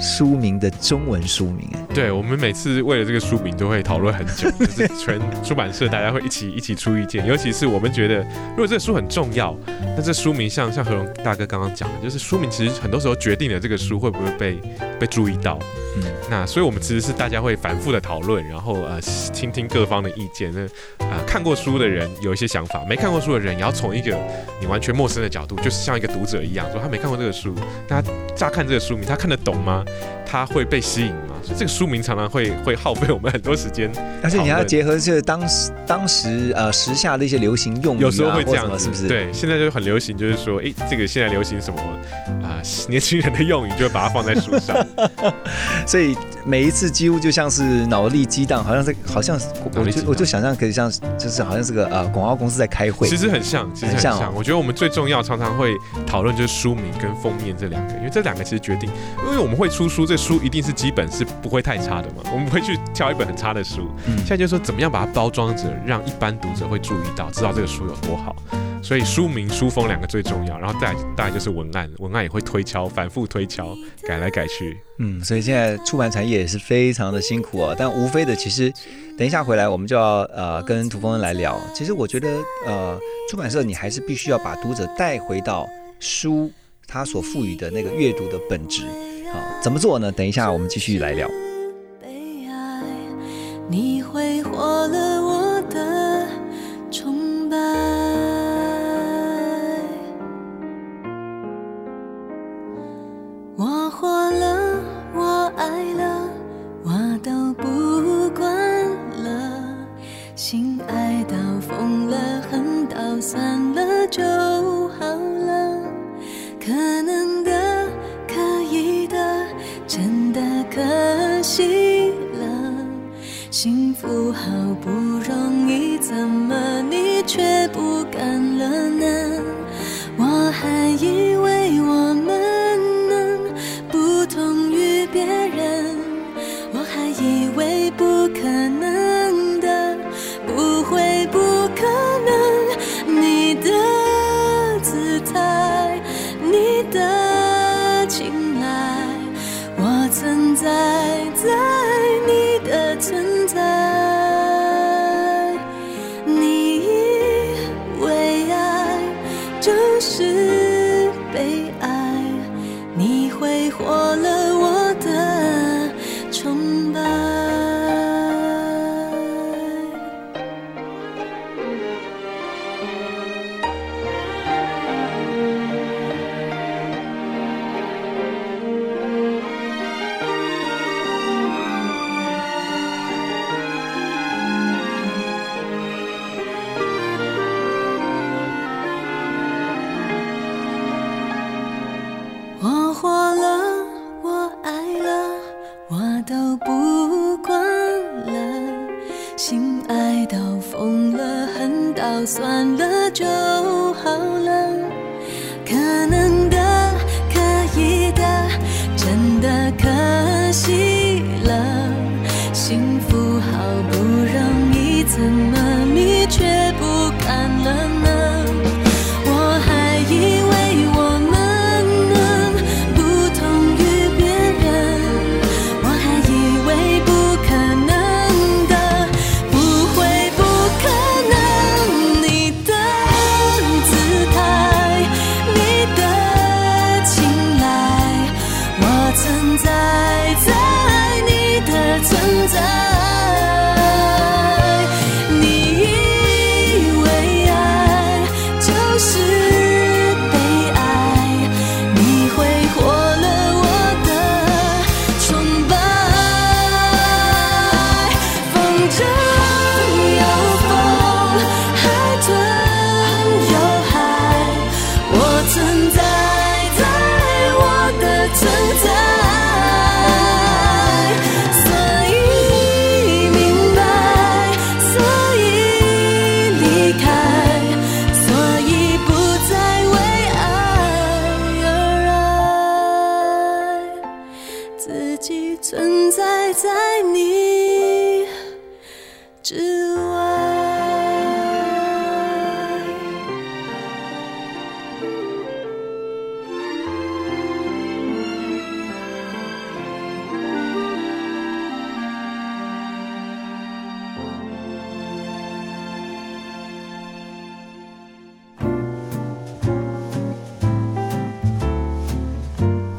书名的中文书名。 对，我们每次为了这个书名都会讨论很久，就是全出版社大家会一起一起出意见，尤其是我们觉得如果这个书很重要，那这书名像像何荣大哥刚刚讲的，就是书名其实很多时候决定了这个书会不会被被注意到。嗯，那所以我们其实是大家会反复的讨论，然后呃听听各方的意见。那啊、呃、看过书的人有一些想法，没看过书的人也要从一个你完全陌生的角度，就是像一个读者一样，说他没看过这个书，那他乍看这个书名，他看得懂吗？他会被吸引吗？所以这个书名常常会会耗费我们很多时间， 而且你要结合这当时当时呃时下的一些流行用语、啊， 有时候会这样子， 是不是？ 对，现在就很流行，就是说，哎，这个现在流行什么啊、呃？年轻人的用语，就会把它放在书上。 所以每一次几乎就像是脑力激荡，好像是好像我就我就想象可以像就是好像是个呃广告公司在开会， 其实很像，其实很像。很像哦、我觉得我们最重要常常会讨论就是书名跟封面这两个，因为这两个其实决定，因为我们会出书，这书一定是基本是不会太差的嘛，我们不会去挑一本很差的书。嗯、现在就是说怎么样把它包装着，让一般读者会注意到，知道这个书有多好。所以书名、书封两个最重要，然后再来大概就是文案，文案也会推敲，反复推敲，改来改去。 嗯，所以现在出版产业也是非常的辛苦哦。但无非的，其实等一下回来我们就要呃跟涂峰恩来聊。其实我觉得呃出版社你还是必须要把读者带回到书它所赋予的那个阅读的本质。好，怎么做呢？等一下我们继续来聊。 被爱，你挥霍了我的崇拜。我活了，我爱了，我都不管了。心爱到疯了，恨到算了就好了。可能的，可以的，真的可惜了。幸福好不容易，怎么你却不干了呢？我还以为我们不同于别人，我还以为不可能的，不会不可能。你的姿态，你的青睐，我存在在你的存在。你以为爱就是被爱，你挥霍了我的崇拜。我活了，我爱了，我都不管了。心爱到疯了，恨到算了就好了。可能的，可以的，真的可惜了。幸福好不容易，怎么你却不干了呢？我还以为我们存在，你以为爱就是被爱，你挥霍了我的崇拜。风筝有风，海豚有海，我存在在我的存在。存在在你之外。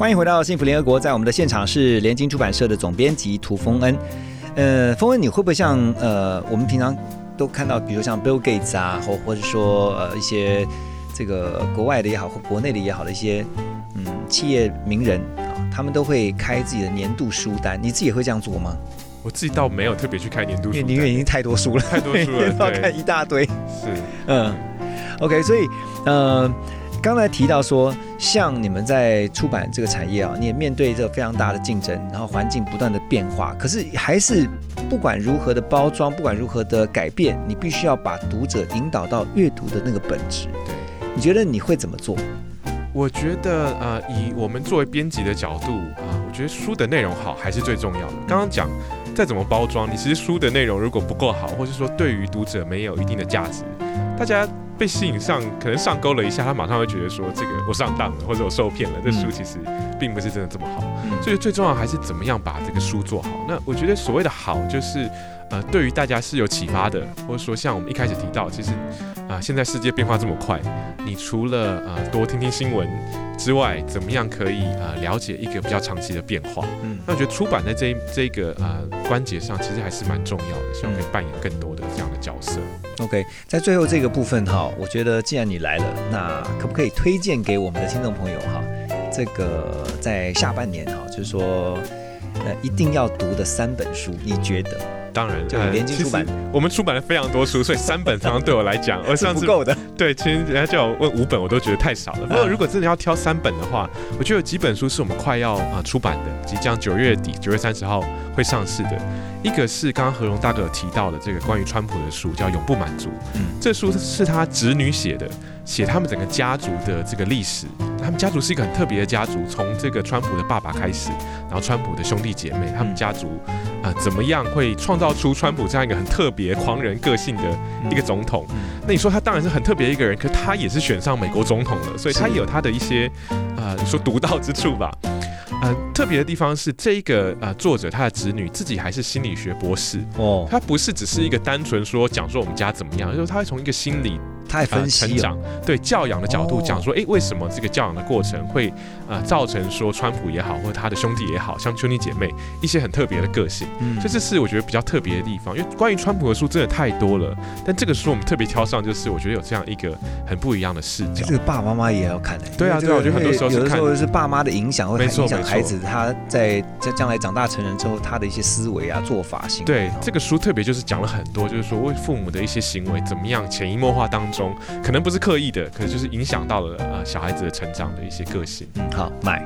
欢迎回到幸福联合国，在我们的现场是联经出版社的总编辑涂峰恩。呃，峰恩，你会不会像呃，我们平常都看到，比如像 Bill Gates 啊，或或者说呃一些这个国外的也好，或国内的也好的一些嗯企业名人啊，他们都会开自己的年度书单，你自己也会这样做吗？ 我自己倒没有特别去开年度书单， 因为已经太多书了， 太多书了， 要看一大堆。 是， 嗯 ，OK， 所以呃。刚才提到说，像你们在出版这个产业啊，你也面对这非常大的竞争，然后环境不断的变化，可是还是不管如何的包装，不管如何的改变，你必须要把读者引导到阅读的那个本质。 对， 你觉得你会怎么做？ 我觉得呃，以我们作为编辑的角度啊、呃，我觉得书的内容好还是最重要的。刚刚讲再怎么包装，你其实书的内容如果不够好，或是说对于读者没有一定的价值，大家被吸引上，可能上钩了一下，他马上会觉得说这个我上当了，或者我受骗了，这书其实并不是真的这么好。嗯、所以最重要还是怎么样把这个书做好。那我觉得所谓的好，就是呃，对于大家是有启发的，或者说像我们一开始提到，其实啊、呃，现在世界变化这么快，你除了呃多听听新闻之外，怎么样可以呃了解一个比较长期的变化？嗯，那我觉得出版在这这个呃关节上，其实还是蛮重要的，希望可以扮演更多的这样的角色。 OK， 在最后这个部分哈，我觉得既然你来了，那可不可以推荐给我们的听众朋友哈，这个在下半年哈，就是说呃一定要读的三本书，你觉得？ 当然， 就联经出版、 呃，我们出版了非常多书，所以三本常常对我来讲，我上次不够的。 对，其实人家叫我问五本，我都觉得太少了。不过如果真的要挑三本的话，我觉得有几本书是我们快要啊、呃、出版的，即将九月底九月三十号会上市的。一个是刚刚何荣大哥有提到的这个关于川普的书，叫《永不满足》。嗯，这书是他侄女写的，写他们整个家族的这个历史。他们家族是一个很特别的家族，从这个川普的爸爸开始，然后川普的兄弟姐妹，他们家族啊、呃、怎么样会创造出川普这样一个很特别狂人个性的一个总统？那你说他当然是很特别一个人，可他也是选上美国总统了，所以他也有他的一些呃你说独到之处吧。呃，特别的地方是这一个呃作者他的侄女自己还是心理学博士哦，他不是只是一个单纯说讲说我们家怎么样，就是他会从一个心理。 他还分析、哦呃、成长对教养的角度讲说，哎、哦，为什么这个教养的过程会呃造成说川普也好，或者他的兄弟也好，像兄弟姐妹一些很特别的个性，嗯，所以这是我觉得比较特别的地方。因为关于川普的书真的太多了，但这个书我们特别挑上，就是我觉得有这样一个很不一样的视角。 这个爸爸妈妈也要看的、欸， 对啊，对啊，我觉得很多时候是看， 有的时候是爸妈的影响会影响孩子，他在在将来长大成人之后，他的一些思维啊、做法、行为。 对，这个书特别就是讲了很多，就是说为父母的一些行为怎么样潜移默化当中，可能不是刻意的，可是就是影响到了呃小孩子的成长的一些个性。 嗯，好，买。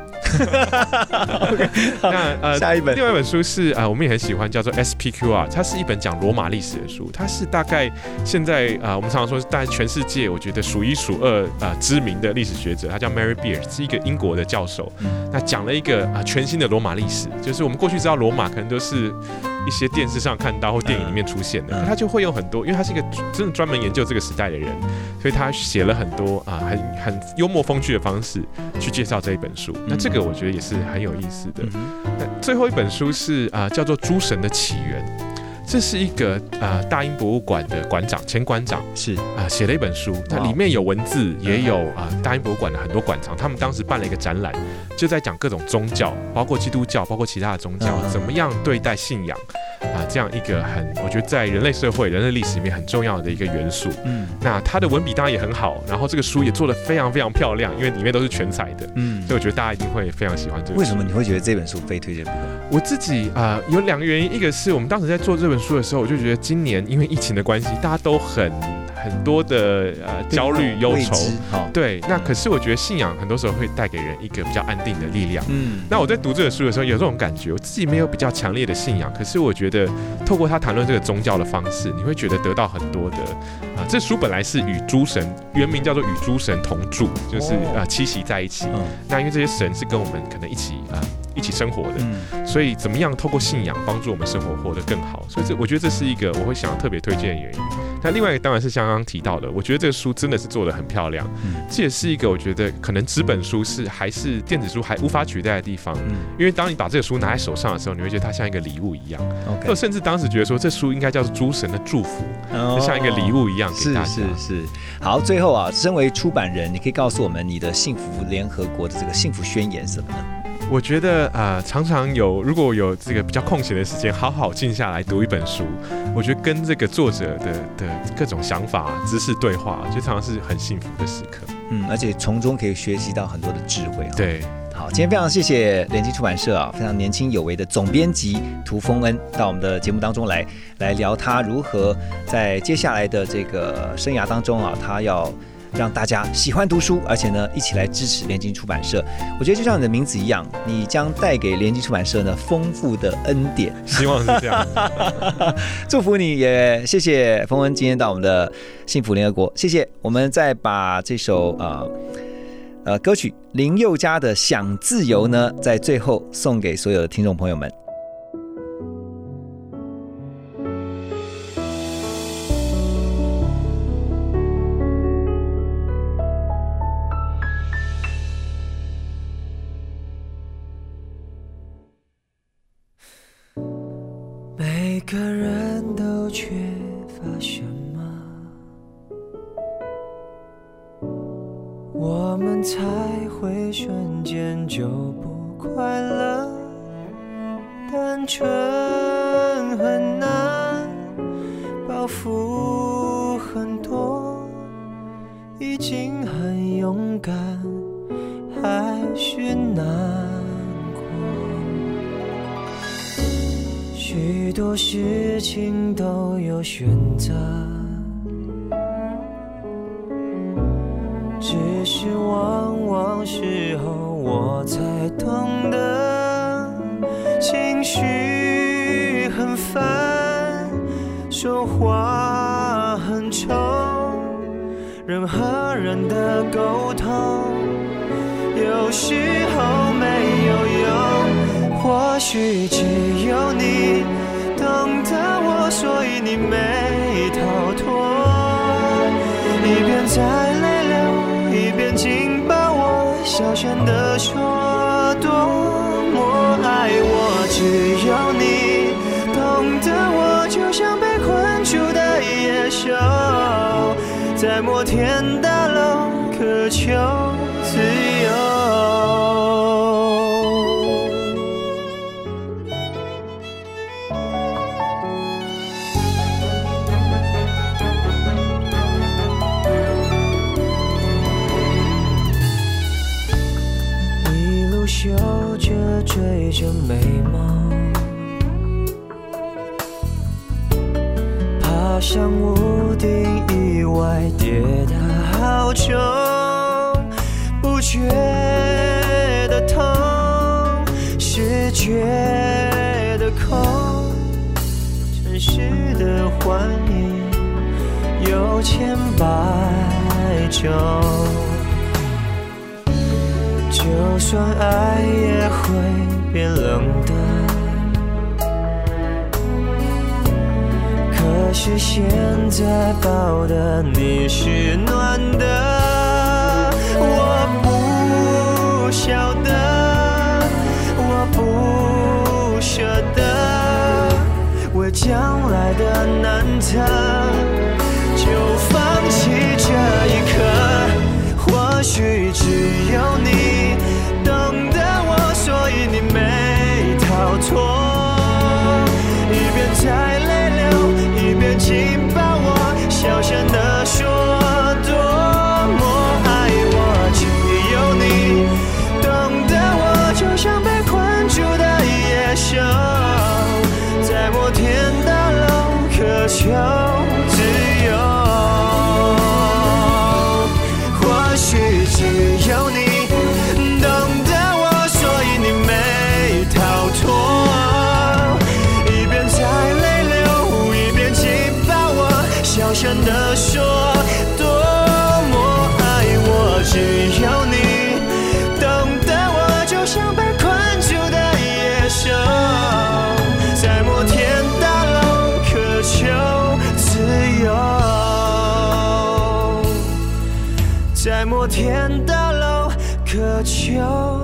okay, 那呃， 下一本， 另外一本书是呃，我们也很喜欢，叫做 S P Q R， 它是一本讲罗马历史的书，它是大概现在呃，我们常常说是大概全世界我觉得数一数二呃知名的历史学者，他叫 Mary Beard， 是一个英国的教授。嗯、那讲了一个呃全新的罗马历史，就是我们过去知道罗马可能都是一些电视上看到或电影里面出现的，嗯、他就会用很多，因为他是一个真的专门研究这个时代的人，所以他写了很多啊、呃、很很幽默风趣的方式去介绍这一本书。嗯、那这个我觉得也是很有意思的。嗯、那最后一本书是啊、呃、叫做《诸神的起源》。这是一个呃大英博物馆的馆长前馆长是啊、呃、写了一本书，那里面有文字，也有啊、呃、大英博物馆的很多馆长，他们当时办了一个展览，就在讲各种宗教，包括基督教，包括其他的宗教，怎么样对待信仰啊、呃、这样一个很我觉得在人类社会、人类历史里面很重要的一个元素。嗯，那他的文笔当然也很好，然后这个书也做得非常非常漂亮，因为里面都是全彩的。嗯，所以我觉得大家一定会非常喜欢这个书。 为什么你会觉得这本书非推荐不可？ 我自己啊、呃、有两个原因，一个是我们当时在做这本书的时候，我就觉得今年因为疫情的关系，大家都很很多的呃焦虑忧愁，对，那可是我觉得信仰很多时候会带给人一个比较安定的力量。嗯，那我在读这本书的时候有这种感觉，我自己没有比较强烈的信仰，可是我觉得透过他谈论这个宗教的方式，你会觉得得到很多的啊、呃。这书本来是与诸神，原名叫做与诸神同住，就是啊、呃、栖息在一起。嗯、那因为这些神是跟我们可能一起啊。呃一起生活的，嗯、所以怎么样透过信仰帮助我们生活活得更好？所以这我觉得这是一个我会想要特别推荐的原因。那另外一个当然是像刚刚提到的，我觉得这个书真的是做得很漂亮，嗯、这也是一个我觉得可能纸本书是还是电子书还无法取代的地方。嗯、因为当你把这个书拿在手上的时候，你会觉得它像一个礼物一样。Okay. 我甚至当时觉得说，这书应该叫做诸神的祝福，哦、就像一个礼物一样给大家。 是是是。好，最后啊，身为出版人，你可以告诉我们你的幸福联合国的这个幸福宣言是什么呢？ 我觉得呃，常常有如果有这个比较空闲的时间，好好静下来读一本书，我觉得跟这个作者的的各种想法、知识对话，就常常是很幸福的时刻。 嗯，而且从中可以学习到很多的智慧。 对。 好，今天非常谢谢联经出版社啊，非常年轻有为的总编辑涂丰恩到我们的节目当中来，来聊他如何在接下来的这个生涯当中啊，他要让大家喜欢读书，而且呢，一起来支持联经出版社。我觉得就像你的名字一样，你将带给联经出版社呢丰富的恩典。 希望是这样， 祝福你，也谢谢丰恩今天到我们的幸福联合国，谢谢。我们再把这首呃。呃，歌曲林宥嘉的《想自由》呢，在最后送给所有的听众朋友们。 每个人都缺乏什么，我们才会瞬间就不快乐。单纯很难，包袱很多，已经很勇敢，还是难过。许多事情都有选择，只是往往时候我才懂得，情绪很烦，说话很冲，人和人的沟通有时候没有用，或许只有你懂得我，所以你没逃脱。一边在泪流，一边紧抱我，小声地说多么爱我。只有你懂得我，就像被困住的野兽，在摩天大楼渴求自由。嗅着追着美梦，爬上屋顶，意外跌得好重，不觉得痛，是觉得空。城市的幻影有千百种，就算爱也会变冷的，可是现在抱的你是暖的。我不晓得，我不舍得，为将来的难得就放弃这一刻。或许只有你懂得我，所以你没逃脱。一边在泪流，一边紧抱我，小声地说多么爱我。只有你懂得我，就像被困住的野兽，在摩天大楼渴求自由。或许只有你懂得我，所以你没逃脱。一边在泪流，一边紧抱我，小声地说多么爱我。只有你懂得我，就像被困住的野兽，在摩天大楼渴求自由。在摩天大楼渴求